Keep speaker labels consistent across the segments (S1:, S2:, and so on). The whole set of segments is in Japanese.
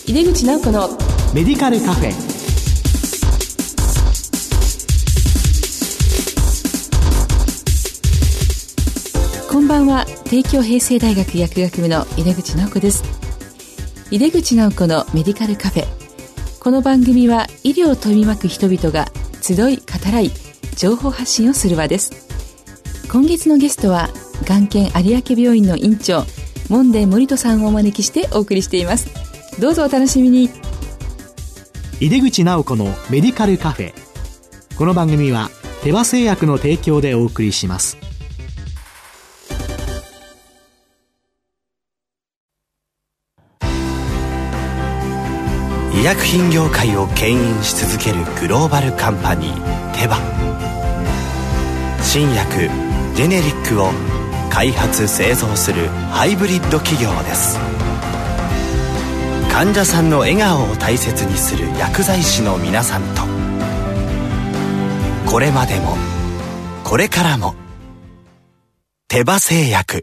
S1: 井出口直子の
S2: メディカルカフェ。
S1: こんばんは。帝京平成大学薬学部の井出口直子です。井出口直子のメディカルカフェ。この番組は医療を取り巻く人々が集い語らい情報発信をする場です。今月のゲストはがん研有明病院の院長門田森人さんをお招きしてお送りしています。どうぞお楽しみに。
S2: 井出口直子のメディカルカフェ。この番組は手羽製薬の提供でお送りします。
S3: 医薬品業界を牽引し続けるグローバルカンパニーテバ。新薬ジェネリックを開発製造するハイブリッド企業です。患者さんの笑顔を大切にする薬剤師の皆さんと、これまでもこれからもテバ製薬。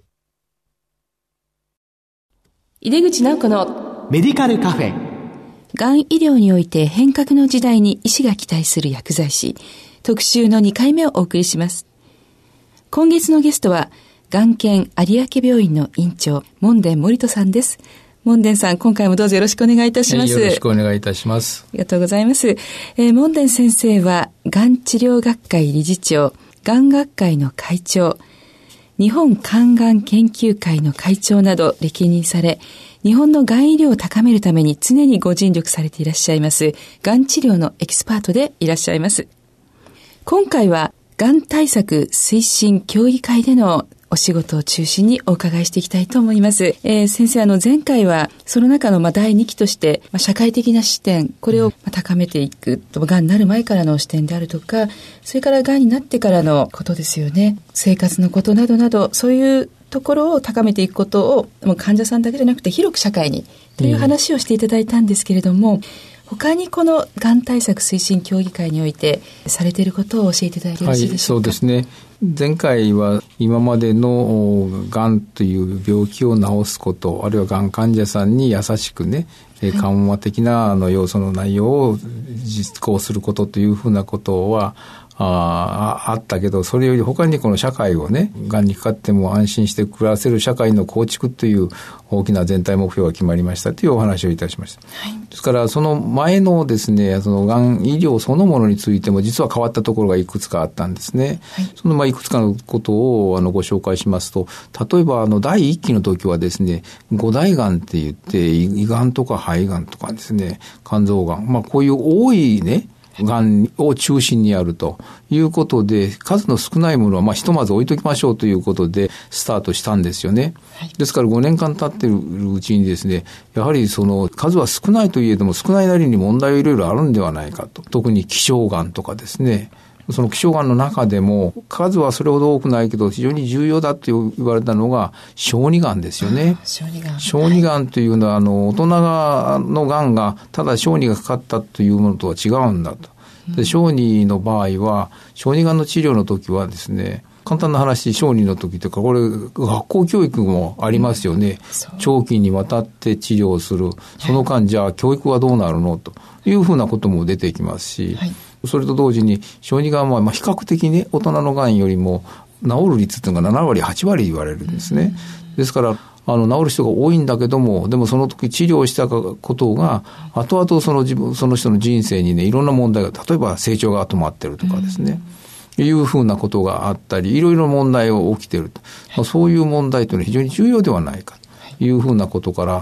S1: 井出口直子の
S2: メディカルカフェ。
S1: がん医療において変革の時代に医師が期待する薬剤師特集の2回目をお送りします。今月のゲストはがん研有明病院の院長門田森人さんです。門田さん、今回もどうぞよろしくお願いいたします。
S4: よろしくお願いいたします。
S1: ありがとうございます。門田先生はがん治療学会理事長、がん学会の会長、日本肝がん研究会の会長など歴任され、日本のがん医療を高めるために常にご尽力されていらっしゃいます、がん治療のエキスパートでいらっしゃいます。今回は、がん対策推進協議会でのお仕事を中心にお伺いしていきたいと思います。先生、前回はその中の第2期として、社会的な視点、これを高めていくと、がんになる前からの視点であるとか、それからがんになってからのことですよね。生活のことなどなど、そういうところを高めていくことを、もう患者さんだけじゃなくて広く社会にという話をしていただいたんですけれども、他にこのがん対策推進協議会においてされていることを教えていただいてよろしいでしょうか。
S4: そうですね。前回は今までのがんという病気を治すこと、あるいはがん患者さんに優しくね、緩和的な要素の内容を実行することというふうなことはあったけど、それより他にこの社会をね、がんにかかっても安心して暮らせる社会の構築という大きな全体目標が決まりましたというお話をいたしました。はい、ですからその前のですね、そのがん医療そのものについても実は変わったところがいくつかあったんですね。はい、そのいくつかのことをご紹介しますと、例えば第1期の時はですね、5大がんって言って胃がんとか肺がんとかですね、肝臓がん、こういう多いね、がんを中心にやるということで、数の少ないものはひとまず置いときましょうということでスタートしたんですよね。はい、ですから5年間経っているうちにですね、やはりその数は少ないといえども少ないなりに問題はいろいろあるんではないかと。特に希少がんとかですね、その希少がんの中でも数はそれほど多くないけど非常に重要だと言われたのが小児がんですよね。小児がんというのは大人のがんがただ小児がかかったというものとは違うんだと。で、小児の場合は小児がんの治療の時はですね、簡単な話、小児の時とかこれ学校教育もありますよね。長期にわたって治療する。その間じゃあ教育はどうなるのというふうなことも出てきますし、はい、それと同時に小児がんは比較的ね、大人のがんよりも治る率というのが7割8割言われるんですね。ですから治る人が多いんだけども、でもその時治療したことが後々その人の人生にね、いろんな問題が、例えば成長が止まってるとかですね、いうふうなことがあったり、いろいろ問題が起きていると、そういう問題というのは非常に重要ではないかというふうなことから、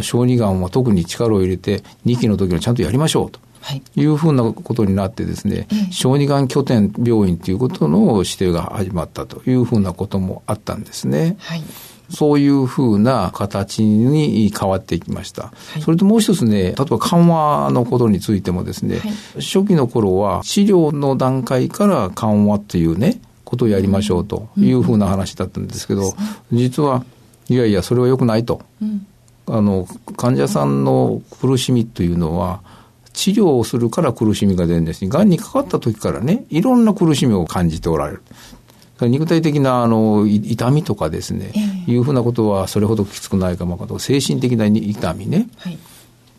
S4: 小児がんは特に力を入れて2期の時にちゃんとやりましょうというふうなことになってですね、小児がん拠点病院ということの指定が始まったというふうなこともあったんですね。はい、そういうふうな形に変わっていきました。はい、それともう一つね、例えば緩和のことについてもですね、はい、初期の頃は治療の段階から緩和というね、ことをやりましょうというふうな話だったんですけど、実はいやいやそれは良くないと。患者さんの苦しみというのは治療をするから苦しみが出るんですし、がんにかかった時からね、いろんな苦しみを感じておられる。肉体的な痛みとかですね、いうふうなことはそれほどきつくないかもかと、精神的な痛みね、はい、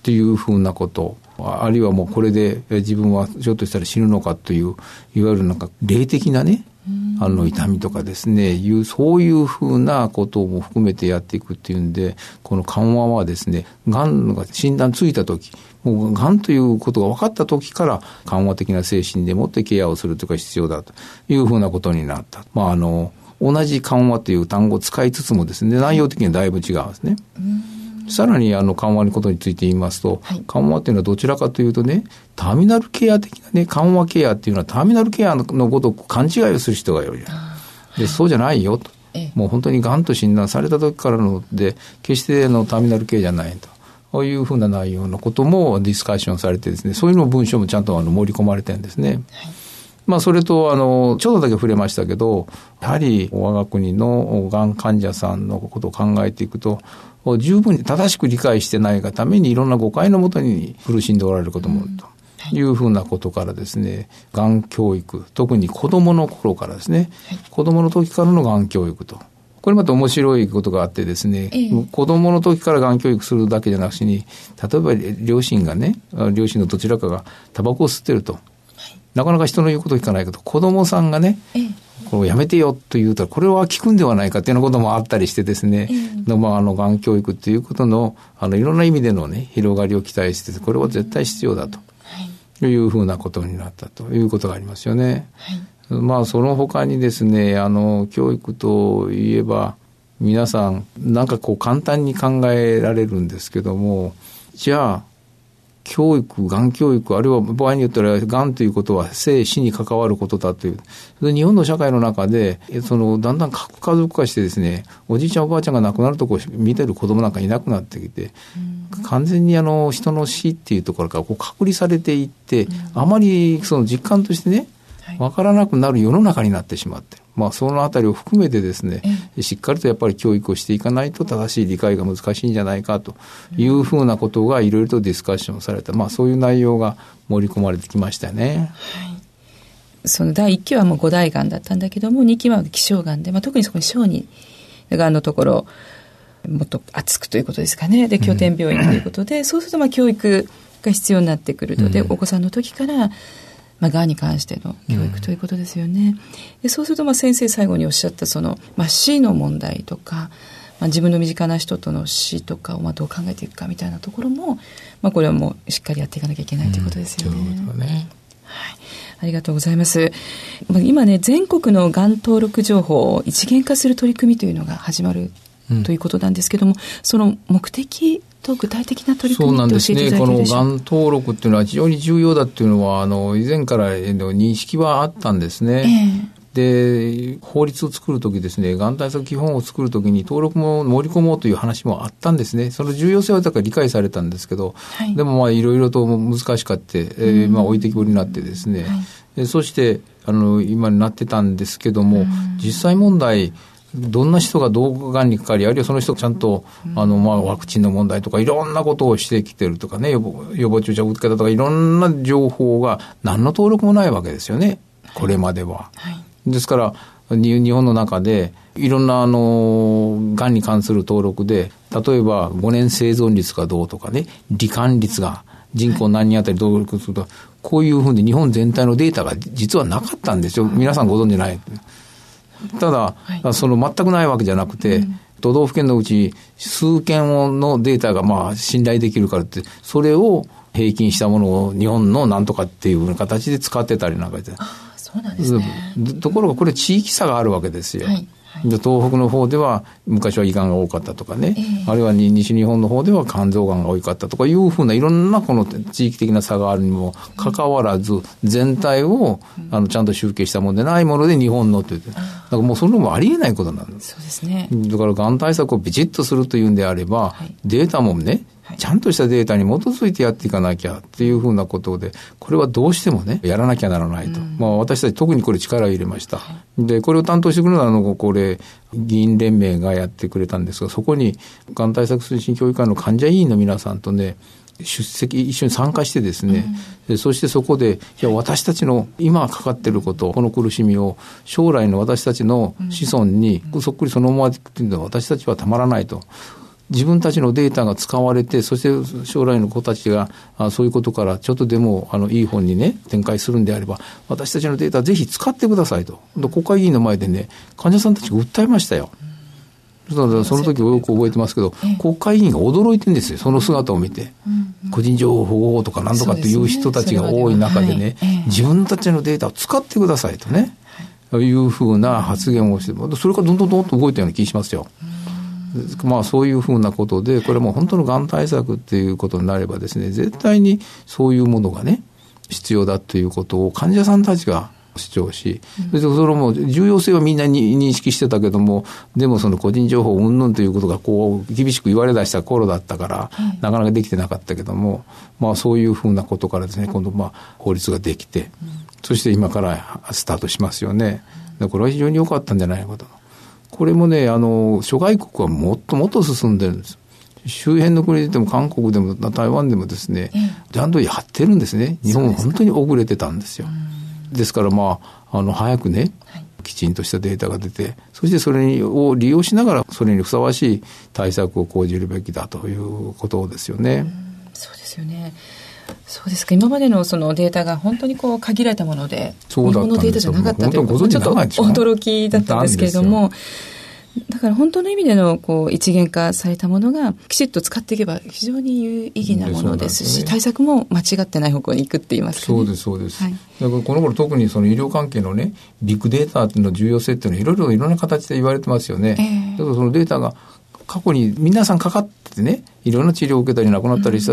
S4: っていうふうなこと、あるいはもうこれで自分はちょっとしたら死ぬのかという、いわゆるなんか霊的なね、痛みとかですね、そういうふうなことも含めてやっていくっていうんで、この緩和はですね、がんが診断ついたとき、もうがんということが分かったときから緩和的な精神でもってケアをするというか必要だというふうなことになった。同じ緩和という単語を使いつつもですね、内容的にはだいぶ違うんですね。さらに緩和のことについて言いますと、緩和というのはどちらかというとね、ターミナルケア的なね、緩和ケアっていうのはターミナルケアのことを勘違いをする人がいる。で、そうじゃないよと。もう本当にがんと診断された時からので、決してターミナルケアじゃないと。こういうふうな内容のこともディスカッションされてですね、そういうの文章もちゃんと盛り込まれてるんですね。それとちょっとだけ触れましたけど、やはり我が国のがん患者さんのことを考えていくと、十分に正しく理解してないがためにいろんな誤解のもとに苦しんでおられることもあるというふうなことからですね、がん教育、特に子どもの頃からですね、子どもの時からのがん教育と、これまた面白いことがあってですね、子どもの時からがん教育するだけじゃなくしに、例えば両親のどちらかがタバコを吸ってると、なかなか人の言うことを聞かないけど、子どもさんがね、これやめてよと言うと、これは聞くんではないかというようなこともあったりしてですね、がん教育ということの、いろんな意味でのね、広がりを期待して、これは絶対必要だというふうなことになったということがありますよね。その他にですね、教育といえば、皆さん、なんか簡単に考えられるんですけども、じゃあ、教育、がん教育、あるいは場合によってはがんということは生死に関わることだという。日本の社会の中で、だんだん核家族化してですね、おじいちゃんおばあちゃんが亡くなるところを見てる子供なんかいなくなってきて、完全に人の死っていうところから隔離されていって、あまり実感としてね、わからなくなる世の中になってしまって、そのあたりを含めてですね、しっかりとやっぱり教育をしていかないと正しい理解が難しいんじゃないかというふうなことがいろいろとディスカッションされた、そういう内容が盛り込まれてきましたよね。
S1: その第1期はもう5大がんだったんだけども、2期は希少がんで、特にそこに小児がんのところもっと厚くということですかね。で、拠点病院ということで、そうすると教育が必要になってくるので、お子さんの時からがんに関しての教育ということですよね。で、そうすると先生最後におっしゃった死の問題とか、自分の身近な人との死とかをどう考えていくかみたいなところも、これはもうしっかりやっていかなきゃいけないということですよね。
S4: そういうことね。
S1: ありがとうございます。今ね、全国のがん登録情報を一元化する取り組みというのが始まるということなんですけども、その目的と具体的な取り組みって教えていただけるでしょうか。そうなんですね。このがん登録っていうのは非常に重要だっていうのは以前からの認識はあったんですね。で、法律を作るときですね、がん対策基本を作るときに登録も盛り込もうという話もあったんですね。その重要性はだから理解されたんですけど、でもいろいろと難しかって、置いてきぼりになってですね、そして今になってたんですけども、実際問題どんな人がどうがんにかかり、あるいはその人がちゃんとワクチンの問題とかいろんなことをしてきてるとかね、予防注射を打つ方とかいろんな情報が何の登録もないわけですよね、これまでは。ですから日本の中でいろんながんに関する登録で、例えば5年生存率がどうとかね、罹患率が人口何人あたりどうすると、こういうふうに日本全体のデータが実はなかったんですよ。皆さんご存じない。ただ、全くないわけじゃなくて、都道府県のうち数件のデータが信頼できるからって、それを平均したものを日本のなんとかっていう形で使ってたりなんかして。 そうなんですね。
S4: ところがこれ地域差があるわけですよ。で、東北の方では昔は胃がんが多かったとかね、あるいは西日本の方では肝臓がんが多かったとかいうふうないろんなこの地域的な差があるにもかかわらず、全体をちゃんと集計したものでないもので日本のって言って、だからもうそれもありえないことなんです。
S1: そうですね。
S4: だからがん対策をビチッとするというんであれば、データもね、ちゃんとしたデータに基づいてやっていかなきゃっていうふうなことで、これはどうしてもね、やらなきゃならないと。私たち特にこれ力を入れました。で、これを担当してくれるのはこれ、議員連盟がやってくれたんですが、そこに、がん対策推進協議会の患者委員の皆さんとね、一緒に参加してですね、そしてそこで、私たちの今かかっていること、この苦しみを将来の私たちの子孫にそっくりそのままっていうのは私たちはたまらないと。 自分たちのデータが使われて、そして将来の子たちがそういうことからちょっとでもいい本にね展開するんであれば、私たちのデータぜひ使ってくださいと。国会議員の前でね、患者さんたちが訴えましたよ。その時よく覚えてますけど、国会議員が驚いてるんですよ、その姿を見て。個人情報保護とか何とかっていう人たちが多い中でね、自分たちのデータを使ってくださいとね、いうふうな発言をして、それからどんどんと動いたような気がしますよ。そういうふうなことで、これも本当のがん対策っていうことになればですね、絶対にそういうものがね必要だということを患者さんたちが主張し、それも重要性はみんなに認識してたけども、でもその個人情報云々ということが厳しく言われ出した頃だったから、なかなかできてなかったけども、そういうふうなことからですね、今度法律ができて、そして今からスタートしますよね。これは非常に良かったんじゃないかと。これもね、諸外国はもっともっと進んでるんです。周辺の国でも韓国でも台湾でもですね、ちゃんとやってるんですね。日本は本当に遅れてたんですよ。ですから早くね、きちんとしたデータが出て、そしてそれを利用しながらそれにふさわしい対策を講じるべきだということですよね。
S1: そうですよね。そうですか。今までのそのデータが本当に限られたもので、日本のデータじゃなかったということはちょっと驚きだったんですけれども、だから本当の意味での一元化されたものがきちっと使っていけば非常に有意義なものですし、対策も間違ってない方向に行くって言いますかね。
S4: そうですそうです、だからこの頃特にその医療関係のねビッグデータの重要性っていうのはいろんな形で言われてますよね。だからそのデータが過去に皆さんかかってね、いろんな治療を受けたり亡くなったりした、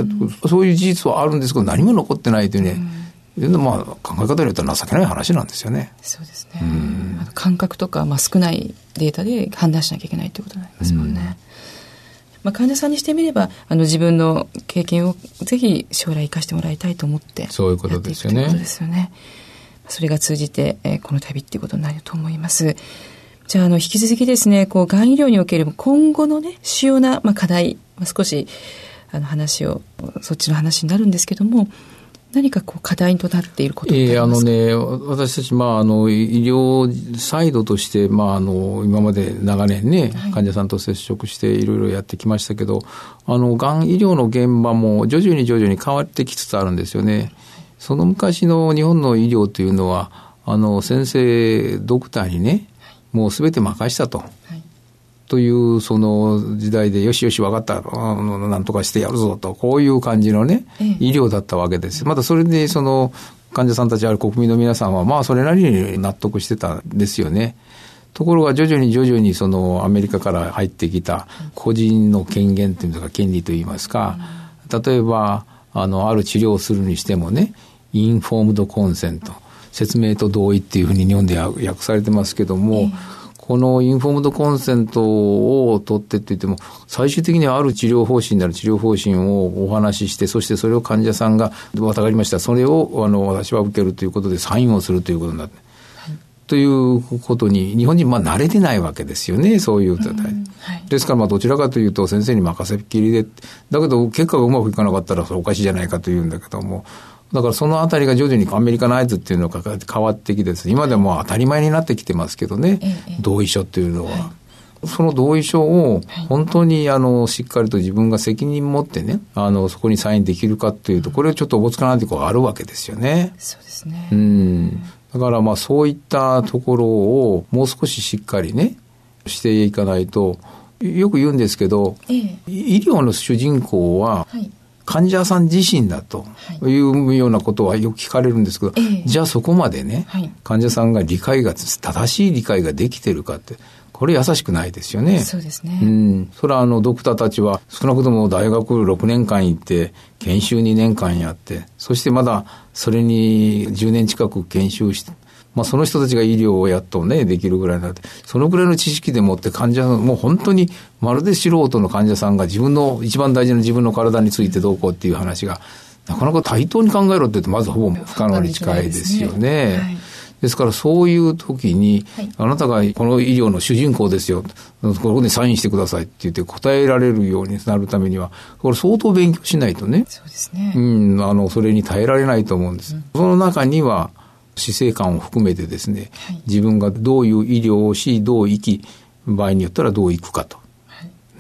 S4: そういう事実はあるんですけど何も残ってないというね、考え方によっては情けない話なんですよね。
S1: そうですね。感覚とか少ないデータで判断しなきゃいけないということになりますもんね。患者さんにしてみれば自分の経験をぜひ将来生かしてもらいたいと思って
S4: そういうことですよね。
S1: そうですよね。それが通じて、この旅っていうことになると思います。じゃあ、引き続きですね、がん医療における今後のね、主要な、課題、少し、そっちの話になるんですけども、何か課題となっていることってありますか？
S4: 私たち、医療サイドとして、今まで長年ね、患者さんと接触していろいろやってきましたけど、がん医療の現場も徐々に変わってきつつあるんですよね。その昔の日本の医療というのは、先生、ドクターにね、もうすべて任したと。というその時代でよしよし分かったなんとかしてやるぞとこういう感じのね医療だったわけです。またそれでその患者さんたちある国民の皆さんはそれなりに納得してたんですよね。ところが徐々にそのアメリカから入ってきた個人の権限というか権利といいますか、例えばある治療をするにしてもねインフォームドコンセント説明と同意っていうふうに日本で訳されてますけども、このインフォームドコンセントを取ってって言っても最終的にはある治療方針である治療方針をお話しして、そしてそれを患者さんが分かりましたそれを私は受けるということでサインをするということになって、ということに日本人慣れてないわけですよね。そういう状態、ですからどちらかというと先生に任せっきりで、だけど結果がうまくいかなかったらそれおかしいじゃないかというんだけども、だからそのあたりが徐々にアメリカの合図っていうのが変わってきてですね、今でも当たり前になってきてますけどね、同意書っていうのは、その同意書を本当にしっかりと自分が責任持ってねそこにサインできるかっていうと、これはちょっとおぼつかないところがあるわけですよね。
S1: そうですね。
S4: だからそういったところをもう少ししっかりねしていかないと、よく言うんですけど、医療の主人公は、患者さん自身だというようなことはよく聞かれるんですけど、じゃあそこまでね、患者さんが正しい理解ができてるかって、これ優しくないですよね。
S1: そうですね。
S4: それはドクターたちは少なくとも大学6年間行って研修2年間やって、そしてまだそれに10年近く研修して、その人たちが医療をやっとねできるぐらいになって、そのぐらいの知識でもって患者さんもう本当にまるで素人の患者さんが自分の一番大事な自分の体についてどうこうっていう話がなかなか対等に考えろって言ってまずほぼ不可能に近いですよね。ですからそういう時に、あなたがこの医療の主人公ですよ、ここにサインしてくださいって言って答えられるようになるためには、これ相当勉強しないとね、
S1: そうですね。
S4: それに耐えられないと思うんです。その中には死生観を含めてですね、自分がどういう医療をしどう生き、場合によったらどう生くかと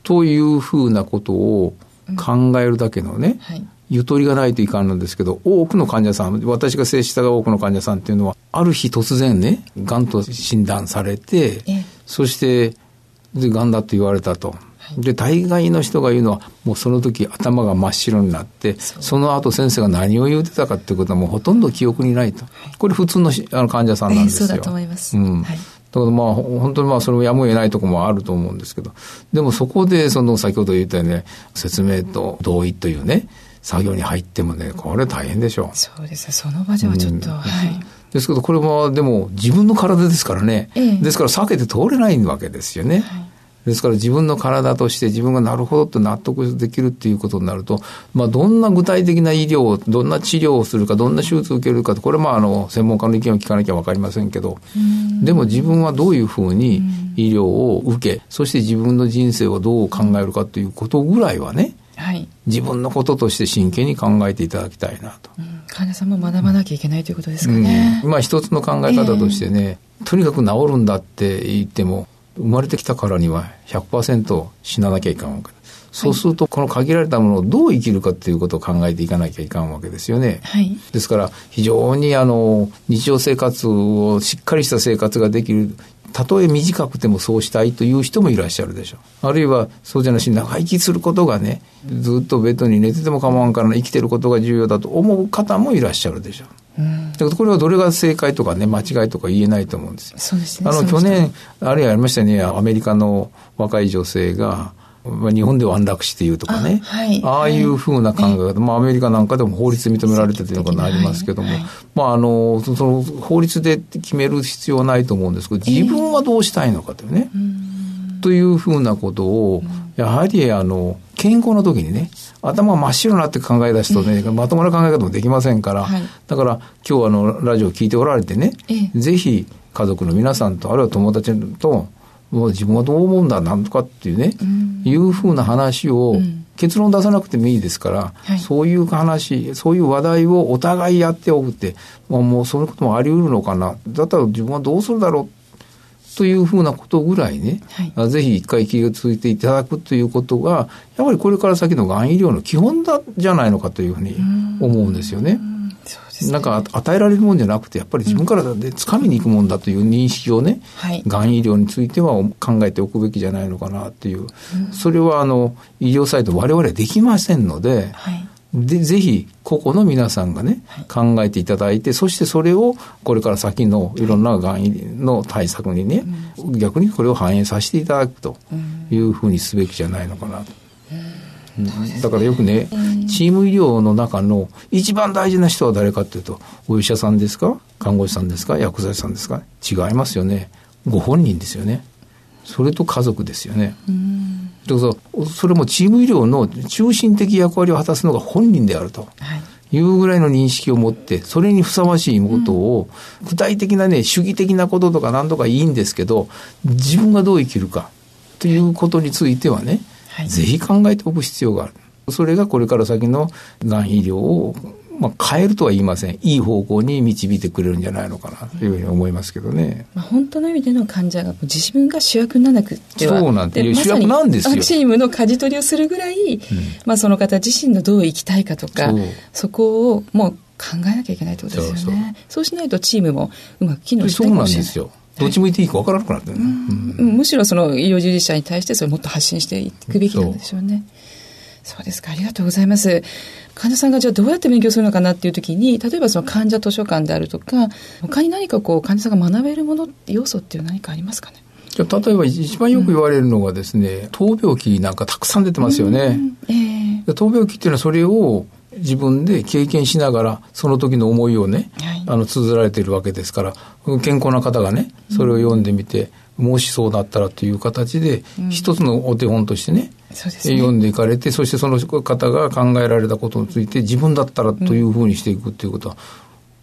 S4: というふうなことを考えるだけのね、はい、ゆとりがないといかんのですけど、多くの患者さん、私が接した多くの患者さんっていうのは、ある日突然ね、がんと診断されて、そしてがんだと言われたと。で、大概の人が言うのは、もうその時頭が真っ白になって、その後先生が何を言うてたかっていうことはもうほとんど記憶にないと。これ普通の患者さんなんですよ。
S1: そうだと思います。はい、
S4: だからまあ本当にそれをやむを得ないところもあると思うんですけど、でもそこで先ほど言ったようにね、説明と同意というね、作業に入ってもね、これ大変でしょう。
S1: そうですね。その場ではちょっと、はい。
S4: ですけど、これはでも自分の体ですからね。ですから避けて通れないわけですよね。はい、ですから自分の体として自分がなるほどと納得できるっていうことになると、どんな具体的な医療、どんな治療をするか、どんな手術を受けるか、これは専門家の意見を聞かなきゃ分かりませんけど、でも自分はどういうふうに医療を受け、そして自分の人生をどう考えるかということぐらいはね、はい、自分のこととして真剣に考えていただきたいなと。
S1: 患者さんも学ばなきゃいけないということですかね。
S4: 一つの考え方としてね、とにかく治るんだって言っても、生まれてきたからには 100% 死ななきゃいかんわけです。そうするとこの限られたものをどう生きるかっていうことを考えていかなきゃいかんわけですよね。はい、ですから非常に日常生活をしっかりした生活ができる、たとえ短くてもそうしたいという人もいらっしゃるでしょう。あるいはそうじゃなしに長生きすることがね、ずっとベッドに寝てても構わんから生きてることが重要だと思う方もいらっしゃるでしょう。だからこれはどれが正解とかね、間違いとか言えないと思うんですよ。
S1: そうですね。
S4: 去年あるいはありましたね、アメリカの若い女性が日本では安楽死っていうとかね、ああいうふうな考え方、アメリカなんかでも法律認められてというのがありますけども、その法律で決める必要はないと思うんですけど、自分はどうしたいのかというね、というふうなことをやはり健康な時にね、頭真っ白になって考え出すとね、まともな考え方もできませんから、だから今日ラジオを聞いておられてね、ぜひ家族の皆さんとあるいは友達ともう自分はどう思うんだなんとかっていうね、いうふうな話を、結論出さなくてもいいですから、そういう話、そういう話題をお互いやっておくって、もうそういうこともあり得るのかな、だったら自分はどうするだろうというふうなことぐらいね、ぜひ一回気がついていただくということがやはりこれから先のがん医療の基本じゃないのかというふうに思うんですよね。なんか与えられるもんじゃなくて、やっぱり自分からで掴みに行くもんだという認識をね、がん医療については考えておくべきじゃないのかなっていう、それは医療サイト我々できませんので、ぜひ個々の皆さんがね、考えていただいて、そしてそれをこれから先のいろんながんの対策にね、逆にこれを反映させていただくというふうにすべきじゃないのかなと。だからよくね、チーム医療の中の一番大事な人は誰かというと、お医者さんですか、看護師さんですか、薬剤師さんですか、違いますよね。ご本人ですよね。それと家族ですよね。だからそれもチーム医療の中心的役割を果たすのが本人であるというぐらいの認識を持って、それにふさわしいことを、具体的なね、主義的なこととか何とかいいんですけど、自分がどう生きるかということについてはね、ぜひ考えておく必要がある。それがこれから先のがん医療を、変えるとは言いません。いい方向に導いてくれるんじゃないのかなというふうに思いますけどね。
S1: 本当の意味での患者が自分が主役にならなくては、
S4: そうなんです。主役なんですよ。
S1: チームの舵取りをするぐらい、その方自身のどう生きたいかとか、そこをもう考えなきゃいけないということですよね。そうしないとチームもうまく機能しないかもしれない。そうなんですよ。どっち向いていいか分からなくなってるね。むしろその医療従事者に対してそれをもっと発信していくべきなんでしょうね。そうですか、ありがとうございます。患者さんがじゃあどうやって勉強するのかなっていう時に、例えばその患者図書館であるとか、他に何か患者さんが学べるもの、要素っていう何かありますかね。
S4: じゃあ例えば一番よく言われるのがですね、闘病記なんかたくさん出てますよね。闘病記っていうのはそれを自分で経験しながらその時の思いをね、綴られているわけですから、健康な方がねそれを読んでみて、もしそうだったらという形で一つのお手本としてね、読んでいかれて、そしてその方が考えられたことについて自分だったらというふうにしていくということは、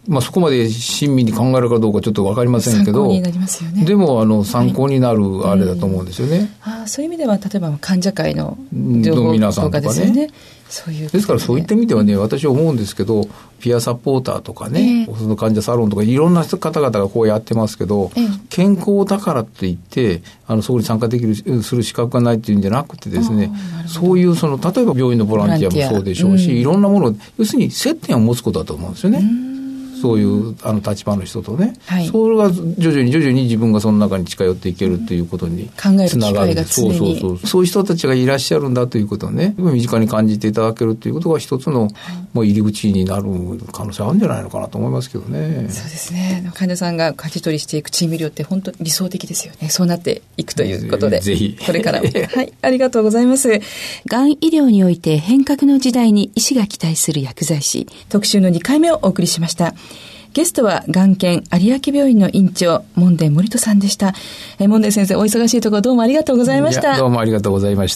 S4: そこまで親身に考えるかどうかちょっと分かりませんけど、
S1: 参考になりますよね。
S4: でも参考になるあれだと思うんですよね。
S1: そういう意味では例えば患者会の情報とかですよね。そういう
S4: ですからそういった意味ではね、私は思うんですけど、ピアサポーターとかね、その患者サロンとかいろんな方々がこうやってますけど、健康だからって言ってそこに参加できるする資格がないっていうんじゃなくてですね、そういう例えば病院のボランティアもそうでしょうし、いろんなもの、要するに接点を持つことだと思うんですよね。そういう立場の人とね、それが徐々に自分がその中に近寄っていけるということにつながるんです。そういう人たちがいらっしゃるんだということをね、身近に感じていただけるということが一つの、もう入り口になる可能性あるんじゃないのかなと思いますけどね。
S1: そうですね。患者さんが舵取りしていくチーム医療って本当に理想的ですよね。そうなっていくということで、
S4: ぜひ
S1: これからもはい、ありがとうございます。がん医療において変革の時代に医師が期待する薬剤師特集の2回目をお送りしました。ゲストは眼研有明病院の院長門田守人さんでした。門田先生、お忙しいところどうもありがとうございました。
S4: どうもありがとうございました。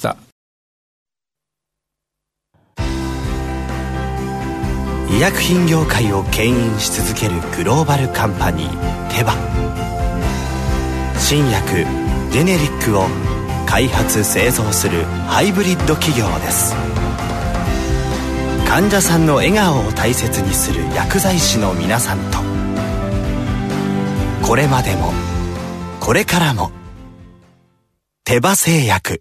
S3: 医薬品業界を牽引し続けるグローバルカンパニーテバ、新薬ジェネリックを開発製造するハイブリッド企業です。患者さんの笑顔を大切にする薬剤師の皆さんと、これまでもこれからもテバ製薬。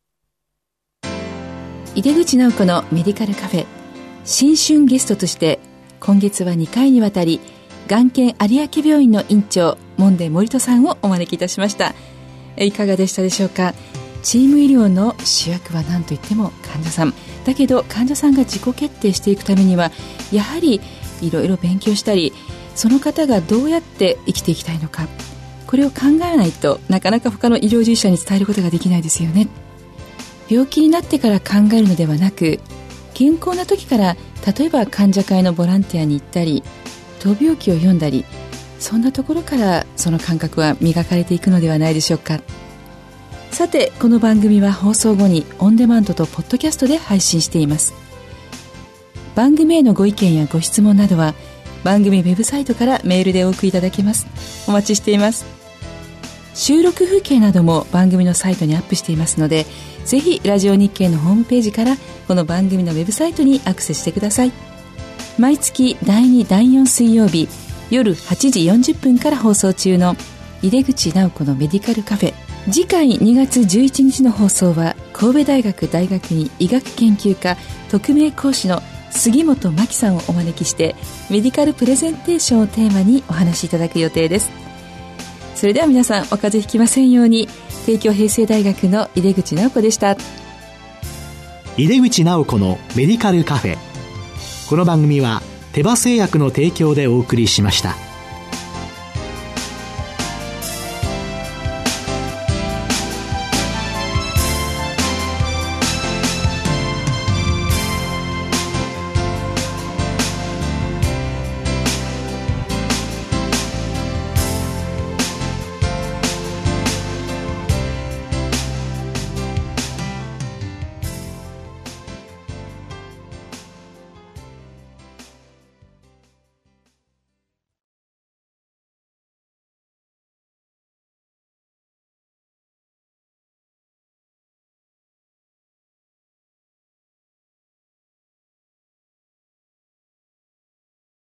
S1: 井出口直子のメディカルカフェ、新春ゲストとして今月は2回にわたり眼研有明病院の院長門田守人さんをお招きいたしました。いかがでしたでしょうか。チーム医療の主役は何といっても患者さんだけど、患者さんが自己決定していくためにはやはりいろいろ勉強したり、その方がどうやって生きていきたいのか、これを考えないとなかなか他の医療従事者に伝えることができないですよね。病気になってから考えるのではなく、健康な時から例えば患者会のボランティアに行ったり、闘病記を読んだり、そんなところからその感覚は磨かれていくのではないでしょうか。さて、この番組は放送後にオンデマンドとポッドキャストで配信しています。番組へのご意見やご質問などは番組ウェブサイトからメールでお送りいただけます。お待ちしています。収録風景なども番組のサイトにアップしていますので、ぜひラジオ日経のホームページからこの番組のウェブサイトにアクセスしてください。毎月第2第4水曜日夜8時40分から放送中の井出口直子のメディカルカフェ、次回2月11日の放送は神戸大学大学院医学研究科特命講師の杉本真希さんをお招きしてメディカルプレゼンテーションをテーマにお話しいただく予定です。それでは皆さん、お風邪ひきませんように。帝京平成大学の井出口直子でした。
S2: 井出口直子のメディカルカフェ。この番組はテバ製薬の提供でお送りしました。